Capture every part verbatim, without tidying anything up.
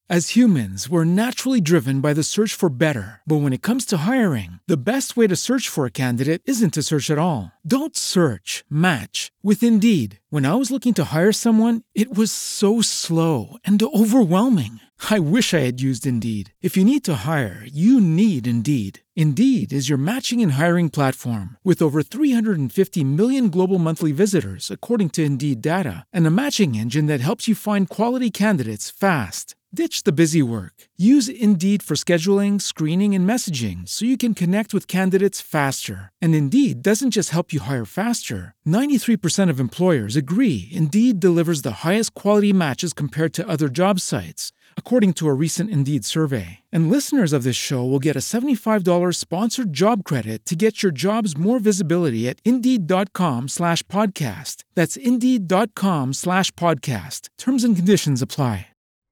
As humans, we're naturally driven by the search for better. But when it comes to hiring, the best way to search for a candidate isn't to search at all. Don't search, match with Indeed. When I was looking to hire someone, it was so slow and overwhelming. I wish I had used Indeed. If you need to hire, you need Indeed. Indeed is your matching and hiring platform with over three hundred fifty million global monthly visitors, according to Indeed data, and a matching engine that helps you find quality candidates fast. Ditch the busy work. Use Indeed for scheduling, screening, and messaging so you can connect with candidates faster. And Indeed doesn't just help you hire faster. ninety-three percent of employers agree Indeed delivers the highest quality matches compared to other job sites, according to a recent Indeed survey. And listeners of this show will get a seventy-five dollars sponsored job credit to get your jobs more visibility at Indeed.com slash podcast. That's Indeed.com slash podcast. Terms and conditions apply.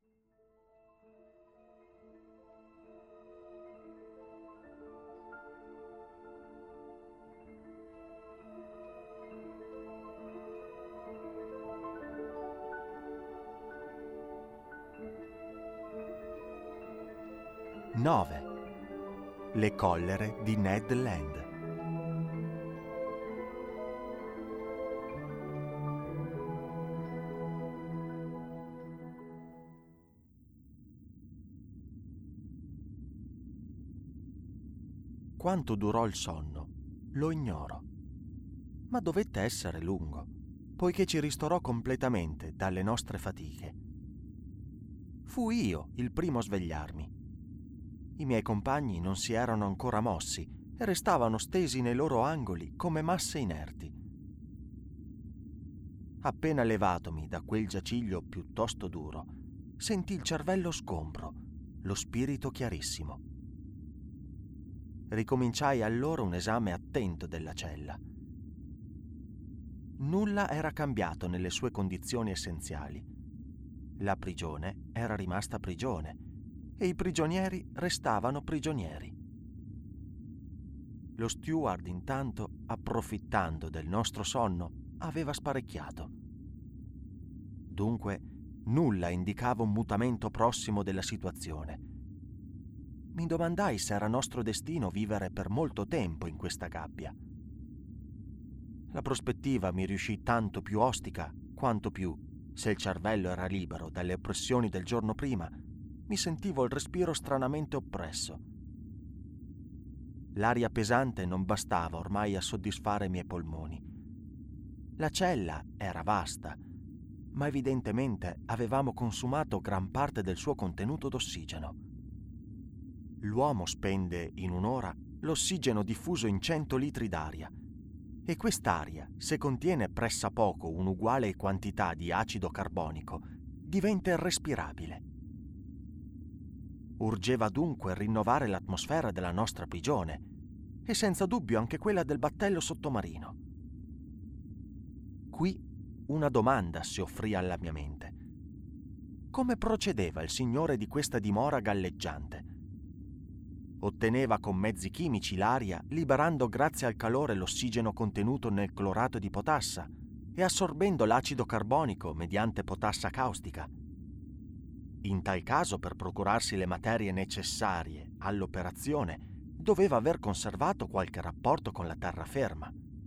nove. Le collere di Ned Land. Quanto durò il sonno, lo ignoro, ma dovette essere lungo, poiché ci ristorò completamente dalle nostre fatiche. Fui io il primo a svegliarmi. I miei compagni non si erano ancora mossi e restavano stesi nei loro angoli come masse inerti. Appena levatomi da quel giaciglio piuttosto duro, sentii il cervello sgombro, lo spirito chiarissimo. Ricominciai allora un esame attento della cella. Nulla era cambiato nelle sue condizioni essenziali. La prigione era rimasta prigione e i prigionieri restavano prigionieri. Lo steward, intanto, approfittando del nostro sonno, aveva sparecchiato. Dunque, nulla indicava un mutamento prossimo della situazione. Mi domandai se era nostro destino vivere per molto tempo in questa gabbia. La prospettiva mi riuscì tanto più ostica quanto più, se il cervello era libero dalle oppressioni del giorno prima, mi sentivo il respiro stranamente oppresso. L'aria pesante non bastava ormai a soddisfare i miei polmoni. La cella era vasta, ma evidentemente avevamo consumato gran parte del suo contenuto d'ossigeno. L'uomo spende in un'ora l'ossigeno diffuso in cento litri d'aria, e quest'aria, se contiene pressappoco un'uguale quantità di acido carbonico, diventa irrespirabile. Urgeva dunque rinnovare l'atmosfera della nostra prigione e senza dubbio anche quella del battello sottomarino. Qui una domanda si offrì alla mia mente. Come procedeva il signore di questa dimora galleggiante? Otteneva con mezzi chimici l'aria, liberando grazie al calore l'ossigeno contenuto nel clorato di potassa e assorbendo l'acido carbonico mediante potassa caustica. In tal caso, per procurarsi le materie necessarie all'operazione, doveva aver conservato qualche rapporto con la terraferma.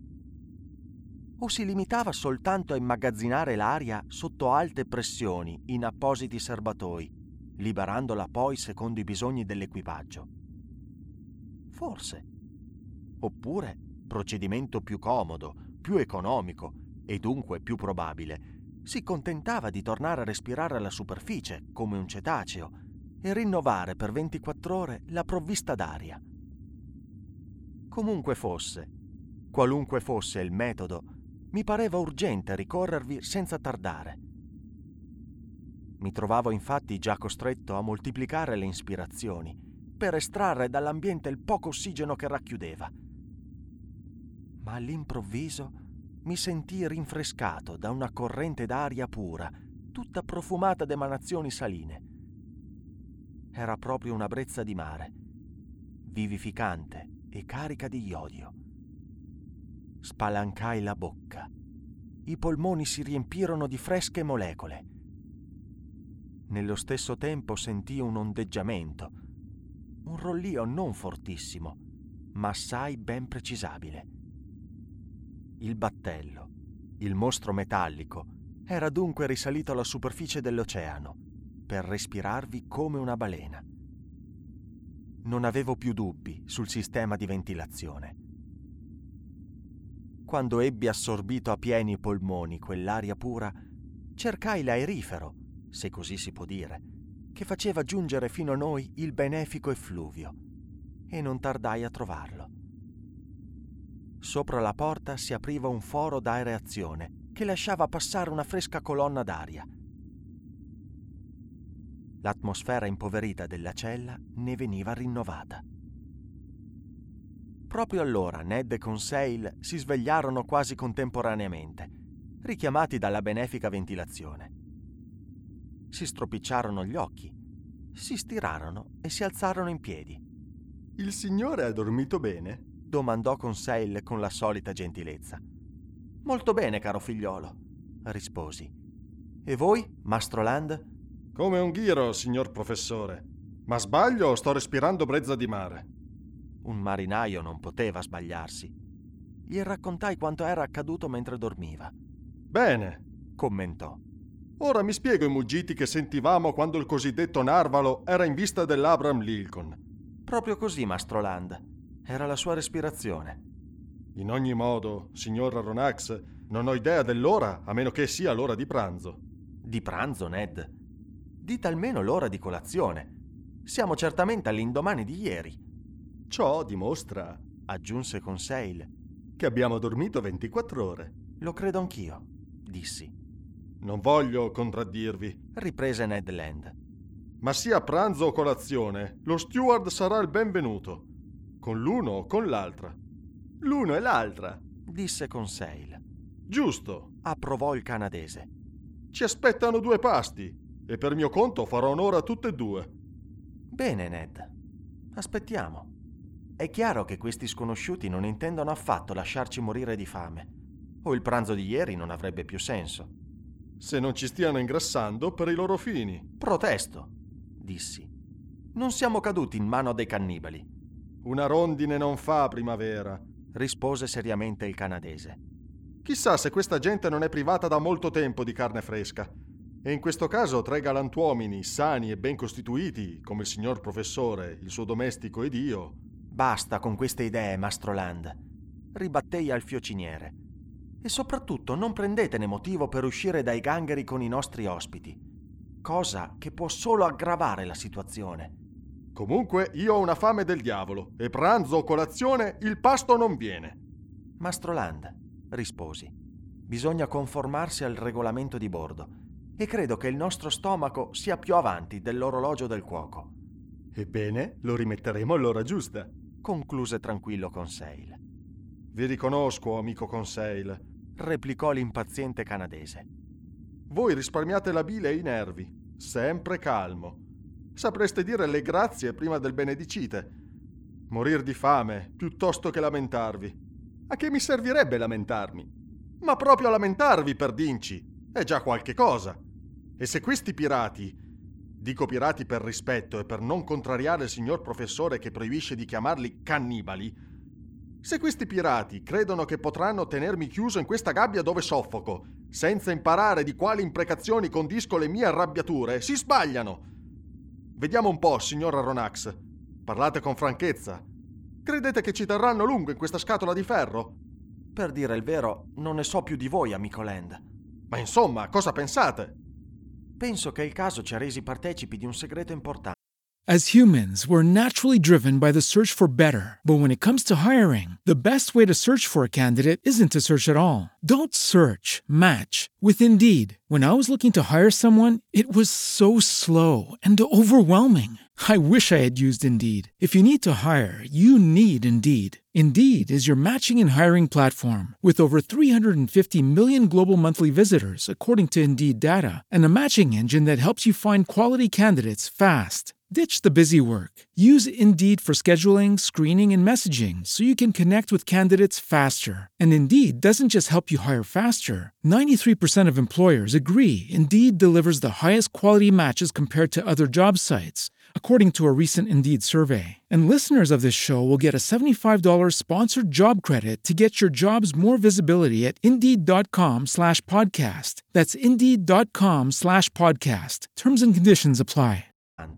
O si limitava soltanto a immagazzinare l'aria sotto alte pressioni in appositi serbatoi, liberandola poi secondo i bisogni dell'equipaggio? Forse. Oppure, procedimento più comodo, più economico e dunque più probabile, si contentava di tornare a respirare alla superficie come un cetaceo e rinnovare per ventiquattro ore la provvista d'aria. Comunque fosse, qualunque fosse il metodo, mi pareva urgente ricorrervi senza tardare. Mi trovavo infatti già costretto a moltiplicare le inspirazioni per estrarre dall'ambiente il poco ossigeno che racchiudeva. Ma all'improvviso mi sentii rinfrescato da una corrente d'aria pura, tutta profumata d'emanazioni saline. Era proprio una brezza di mare, vivificante e carica di iodio. Spalancai la bocca. I polmoni si riempirono di fresche molecole. Nello stesso tempo sentii un ondeggiamento, un rollio non fortissimo, ma assai ben precisabile. Il battello, il mostro metallico, era dunque risalito alla superficie dell'oceano per respirarvi come una balena. Non avevo più dubbi sul sistema di ventilazione. Quando ebbi assorbito a pieni polmoni quell'aria pura, cercai l'aerifero, se così si può dire, che faceva giungere fino a noi il benefico effluvio, e non tardai a trovarlo. Sopra la porta si apriva un foro d'aereazione che lasciava passare una fresca colonna d'aria. L'atmosfera impoverita della cella ne veniva rinnovata. Proprio allora Ned e Conseil si svegliarono quasi contemporaneamente, richiamati dalla benefica ventilazione. Si stropicciarono gli occhi, si stirarono e si alzarono in piedi. «Il signore ha dormito bene?» domandò Conseil con la solita gentilezza. «Molto bene, caro figliolo», risposi. «E voi, Mastro Land?» «Come un ghiro, signor professore. Ma sbaglio o sto respirando brezza di mare?» Un marinaio non poteva sbagliarsi. Gli raccontai quanto era accaduto mentre dormiva. «Bene», commentò. «Ora mi spiego i muggiti che sentivamo quando il cosiddetto narvalo era in vista dell'Abraham Lincoln». «Proprio così, Mastro Land. Era la sua respirazione». «In ogni modo, signor Aronnax, non ho idea dell'ora a meno che sia l'ora di pranzo». «Di pranzo, Ned? Dite almeno l'ora di colazione. Siamo certamente all'indomani di ieri». «Ciò dimostra», aggiunse Conseil, «che abbiamo dormito ventiquattro ore». «Lo credo anch'io», dissi. «Non voglio contraddirvi», riprese Ned Land. «Ma sia pranzo o colazione, lo steward sarà il benvenuto, con l'uno o con l'altra». «L'uno e l'altra», disse Conseil. «Giusto», approvò il canadese. «Ci aspettano due pasti, e per mio conto farò onore a tutte e due». «Bene, Ned. Aspettiamo. È chiaro che questi sconosciuti non intendono affatto lasciarci morire di fame, o il pranzo di ieri non avrebbe più senso». «Se non ci stiano ingrassando per i loro fini». «Protesto», dissi. «Non siamo caduti in mano dei cannibali». «Una rondine non fa primavera», rispose seriamente il canadese. «Chissà se questa gente non è privata da molto tempo di carne fresca. E in questo caso tre galantuomini, sani e ben costituiti, come il signor professore, il suo domestico ed io». «Basta con queste idee, Mastro Land», ribattei al fiociniere. «E soprattutto non prendetene motivo per uscire dai gangheri con i nostri ospiti, cosa che può solo aggravare la situazione». «Comunque io ho una fame del diavolo, e pranzo o colazione il pasto non viene». «Mastro Land», risposi, «bisogna conformarsi al regolamento di bordo, e credo che il nostro stomaco sia più avanti dell'orologio del cuoco». «Ebbene, lo rimetteremo all'ora giusta», concluse tranquillo Conseil. «Vi riconosco, amico Conseil», replicò l'impaziente canadese. «Voi risparmiate la bile e i nervi, sempre calmo. Sapreste dire le grazie prima del benedicite. Morir di fame piuttosto che lamentarvi. A che mi servirebbe lamentarmi? Ma proprio lamentarvi, per dinci, è già qualche cosa. E se questi pirati, dico pirati per rispetto e per non contrariare il signor professore che proibisce di chiamarli cannibali, se questi pirati credono che potranno tenermi chiuso in questa gabbia dove soffoco, senza imparare di quali imprecazioni condisco le mie arrabbiature, si sbagliano. Vediamo un po', signor Aronnax. Parlate con franchezza. Credete che ci terranno lungo in questa scatola di ferro?» «Per dire il vero, non ne so più di voi, amico Land». «Ma insomma, cosa pensate?» «Penso che il caso ci ha resi partecipi di un segreto importante». As humans, we're naturally driven by the search for better. But when it comes to hiring, the best way to search for a candidate isn't to search at all. Don't search, match with Indeed. When I was looking to hire someone, it was so slow and overwhelming. I wish I had used Indeed. If you need to hire, you need Indeed. Indeed is your matching and hiring platform with over three hundred fifty million global monthly visitors, according to Indeed data, and a matching engine that helps you find quality candidates fast. Ditch the busy work. Use Indeed for scheduling, screening, and messaging so you can connect with candidates faster. And Indeed doesn't just help you hire faster. ninety-three percent of employers agree Indeed delivers the highest quality matches compared to other job sites, according to a recent Indeed survey. And listeners of this show will get a seventy-five dollars sponsored job credit to get your jobs more visibility at Indeed.com slash podcast. That's Indeed.com slash podcast. Terms and conditions apply.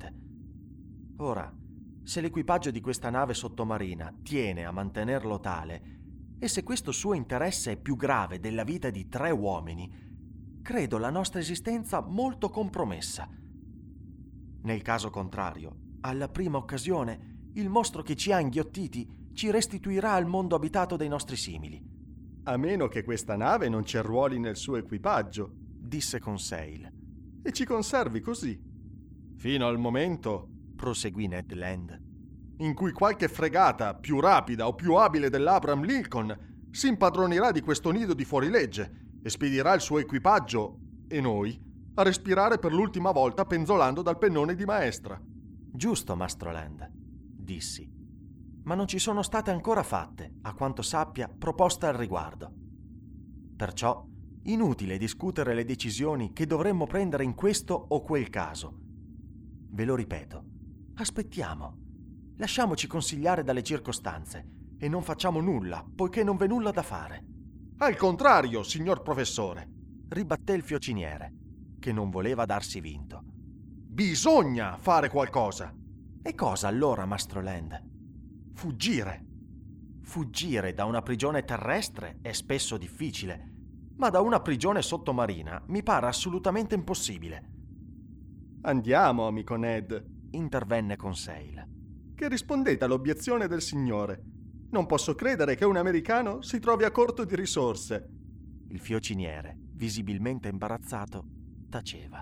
Ora, se l'equipaggio di questa nave sottomarina tiene a mantenerlo tale, e se questo suo interesse è più grave della vita di tre uomini, credo la nostra esistenza molto compromessa. Nel caso contrario, alla prima occasione, il mostro che ci ha inghiottiti ci restituirà al mondo abitato dai nostri simili. A meno che questa nave non ci arruoli nel suo equipaggio, disse Conseil. E ci conservi così. Fino al momento, proseguì Ned Land, in cui qualche fregata più rapida o più abile dell'Abraham Lincoln si impadronirà di questo nido di fuorilegge e spedirà il suo equipaggio e noi a respirare per l'ultima volta penzolando dal pennone di maestra. Giusto, Mastro Land, dissi, ma non ci sono state ancora fatte, a quanto sappia, proposte al riguardo. Perciò, inutile discutere le decisioni che dovremmo prendere in questo o quel caso. Ve lo ripeto, aspettiamo, lasciamoci consigliare dalle circostanze e non facciamo nulla, poiché non v'è nulla da fare. Al contrario, signor professore, ribatté il fiociniere, che non voleva darsi vinto. Bisogna fare qualcosa. E cosa allora, Mastro Land? Fuggire. Fuggire da una prigione terrestre è spesso difficile, ma da una prigione sottomarina mi pare assolutamente impossibile. Andiamo, amico Ned, intervenne Conseil. Che rispondete all'obiezione del signore. Non posso credere che un americano si trovi a corto di risorse. Il fiociniere, visibilmente imbarazzato, taceva.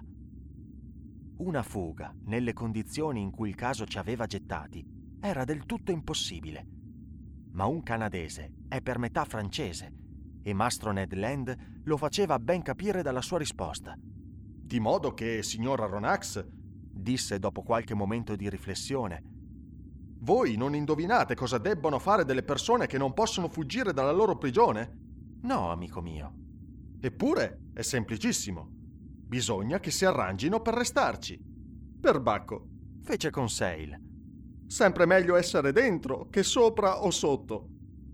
Una fuga, nelle condizioni in cui il caso ci aveva gettati, era del tutto impossibile. Ma un canadese è per metà francese e Mastro Ned Land lo faceva ben capire dalla sua risposta. Di modo che, signor Aronnax, disse dopo qualche momento di riflessione, voi non indovinate cosa debbono fare delle persone che non possono fuggire dalla loro prigione? No, amico mio. Eppure è semplicissimo. Bisogna che si arrangino per restarci. Perbacco, fece Conseil. Sempre meglio essere dentro che sopra o sotto.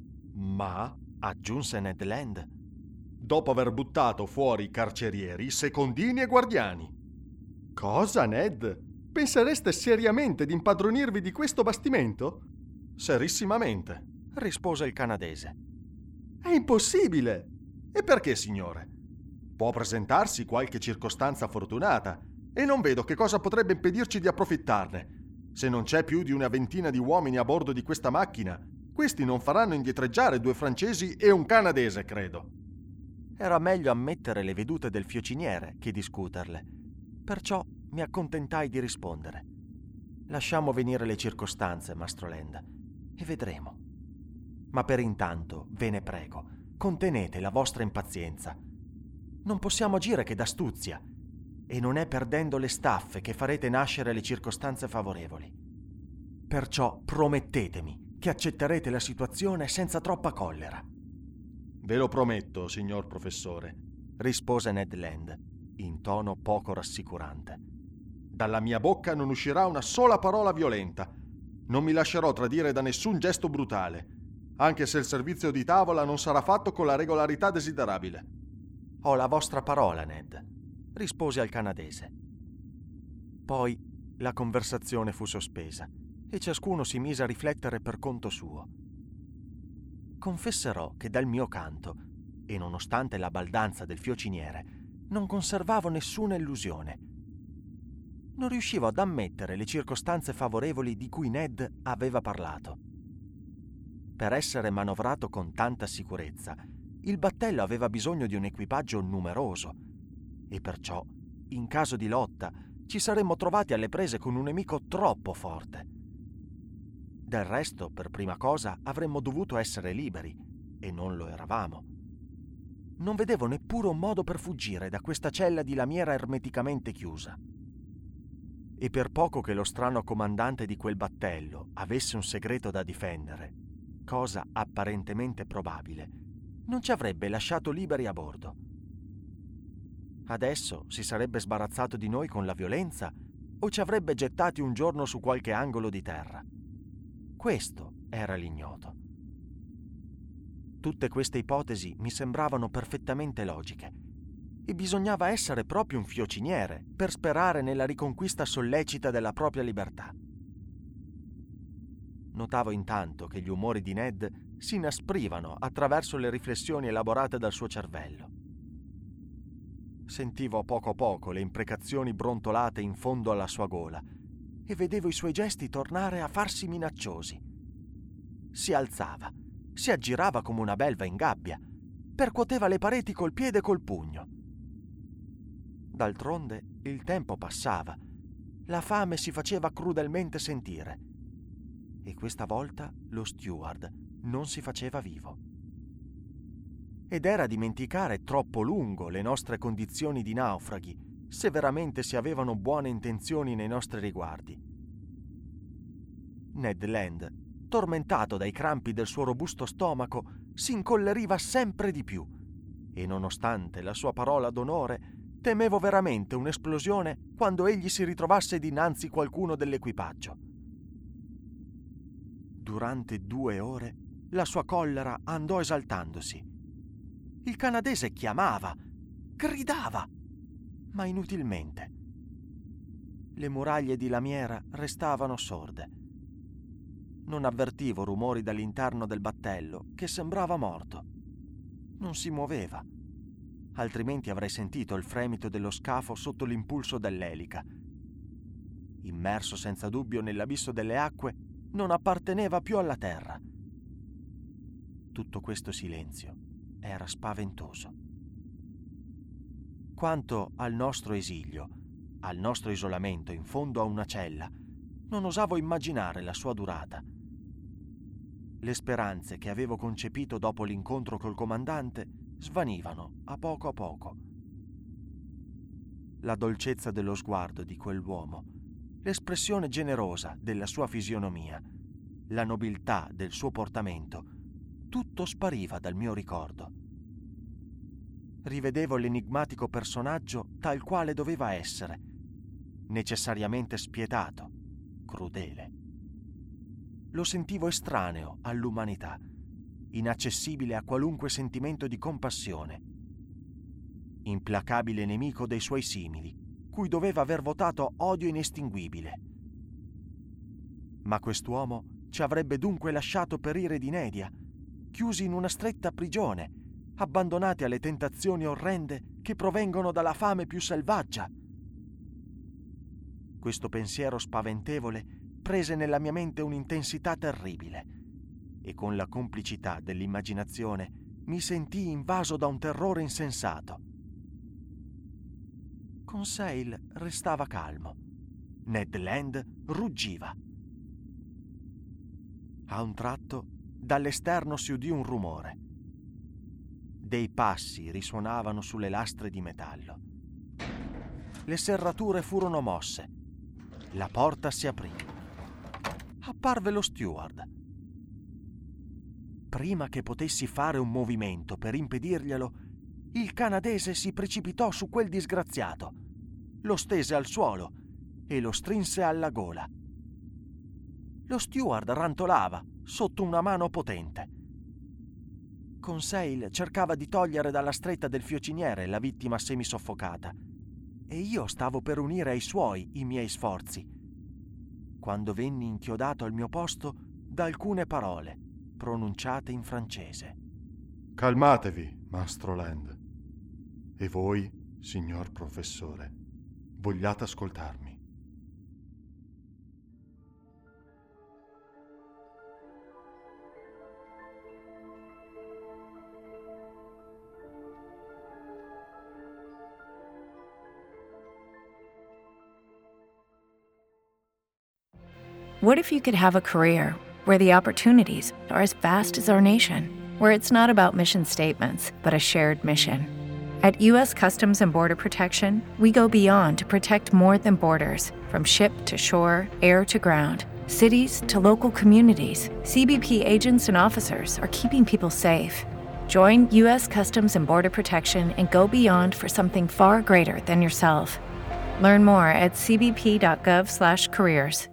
Ma, aggiunse Ned Land, dopo aver buttato fuori i carcerieri, secondini e guardiani. Cosa, Ned? Pensereste seriamente di impadronirvi di questo bastimento? Serissimamente, rispose il canadese. È impossibile! E perché, signore? Può presentarsi qualche circostanza fortunata e non vedo che cosa potrebbe impedirci di approfittarne. Se non c'è più di una ventina di uomini a bordo di questa macchina, questi non faranno indietreggiare due francesi e un canadese, credo. Era meglio ammettere le vedute del fiociniere che discuterle. Perciò mi accontentai di rispondere. Lasciamo venire le circostanze, Mastro Land, e vedremo. Ma per intanto, ve ne prego, contenete la vostra impazienza. Non possiamo agire che d'astuzia, e non è perdendo le staffe che farete nascere le circostanze favorevoli. Perciò promettetemi che accetterete la situazione senza troppa collera. Ve lo prometto, signor professore, rispose Ned Land, in tono poco rassicurante. Dalla mia bocca non uscirà una sola parola violenta. Non mi lascerò tradire da nessun gesto brutale, anche se il servizio di tavola non sarà fatto con la regolarità desiderabile. Ho la vostra parola, Ned, rispose al canadese. Poi la conversazione fu sospesa e ciascuno si mise a riflettere per conto suo. Confesserò che dal mio canto, e nonostante la baldanza del fiociniere, non conservavo nessuna illusione. Non riuscivo ad ammettere le circostanze favorevoli di cui Ned aveva parlato. Per essere manovrato con tanta sicurezza, il battello aveva bisogno di un equipaggio numeroso e perciò, in caso di lotta, ci saremmo trovati alle prese con un nemico troppo forte. Del resto, per prima cosa, avremmo dovuto essere liberi e non lo eravamo. Non vedevo neppure un modo per fuggire da questa cella di lamiera ermeticamente chiusa. e per poco che lo strano comandante di quel battello avesse un segreto da difendere, cosa apparentemente probabile, non ci avrebbe lasciato liberi a bordo. Adesso si sarebbe sbarazzato di noi con la violenza o ci avrebbe gettati un giorno su qualche angolo di terra. Questo era l'ignoto. Tutte queste ipotesi mi sembravano perfettamente logiche e bisognava essere proprio un fiociniere per sperare nella riconquista sollecita della propria libertà. Notavo intanto che gli umori di Ned si inasprivano attraverso le riflessioni elaborate dal suo cervello. Sentivo a poco a poco le imprecazioni brontolate in fondo alla sua gola e vedevo i suoi gesti tornare a farsi minacciosi. Si alzava, si aggirava come una belva in gabbia, percuoteva le pareti col piede e col pugno. D'altronde il tempo passava, la fame si faceva crudelmente sentire e questa volta lo steward non si faceva vivo. Ed era dimenticare troppo lungo le nostre condizioni di naufraghi, se veramente si avevano buone intenzioni nei nostri riguardi. Ned Land, tormentato dai crampi del suo robusto stomaco, si incolleriva sempre di più e, nonostante la sua parola d'onore, temevo veramente un'esplosione quando egli si ritrovasse dinanzi qualcuno dell'equipaggio. Durante due ore la sua collera andò esaltandosi. Il canadese chiamava, gridava, ma inutilmente. Le muraglie di lamiera restavano sorde. Non avvertivo rumori dall'interno del battello, che sembrava morto. Non si muoveva, altrimenti avrei sentito il fremito dello scafo sotto l'impulso dell'elica. Immerso senza dubbio nell'abisso delle acque, non apparteneva più alla terra. Tutto questo silenzio era spaventoso. Quanto al nostro esilio, al nostro isolamento in fondo a una cella, non osavo immaginare la sua durata. Le speranze che avevo concepito dopo l'incontro col comandante svanivano a poco a poco. La dolcezza dello sguardo di quell'uomo, l'espressione generosa della sua fisionomia, la nobiltà del suo portamento, tutto spariva dal mio ricordo. Rivedevo l'enigmatico personaggio tal quale doveva essere, necessariamente spietato, crudele. Lo sentivo estraneo all'umanità, inaccessibile a qualunque sentimento di compassione, implacabile nemico dei suoi simili, cui doveva aver votato odio inestinguibile. Ma quest'uomo ci avrebbe dunque lasciato perire d'inedia, chiusi in una stretta prigione, abbandonati alle tentazioni orrende che provengono dalla fame più selvaggia. Questo pensiero spaventevole prese nella mia mente un'intensità terribile e con la complicità dell'immaginazione mi sentii invaso da un terrore insensato. Conseil restava calmo. Ned Land ruggiva. A un tratto dall'esterno si udì un rumore. Dei passi risuonavano sulle lastre di metallo. Le serrature furono mosse. La porta si aprì. Apparve lo steward. Prima che potessi fare un movimento per impedirglielo, il canadese si precipitò su quel disgraziato, lo stese al suolo e lo strinse alla gola. Lo steward rantolava sotto una mano potente. Conseil cercava di togliere dalla stretta del fiociniere la vittima semisoffocata e io stavo per unire ai suoi i miei sforzi, quando venni inchiodato al mio posto da alcune parole pronunciate in francese. Calmatevi, Mastro Land. E voi, signor professore, vogliate ascoltarmi. What if you could have a career where the opportunities are as vast as our nation, where it's not about mission statements, but a shared mission? At U S Customs and Border Protection, we go beyond to protect more than borders. From ship to shore, air to ground, cities to local communities, C B P agents and officers are keeping people safe. Join U S Customs and Border Protection and go beyond for something far greater than yourself. Learn more at c b p dot gov slash careers.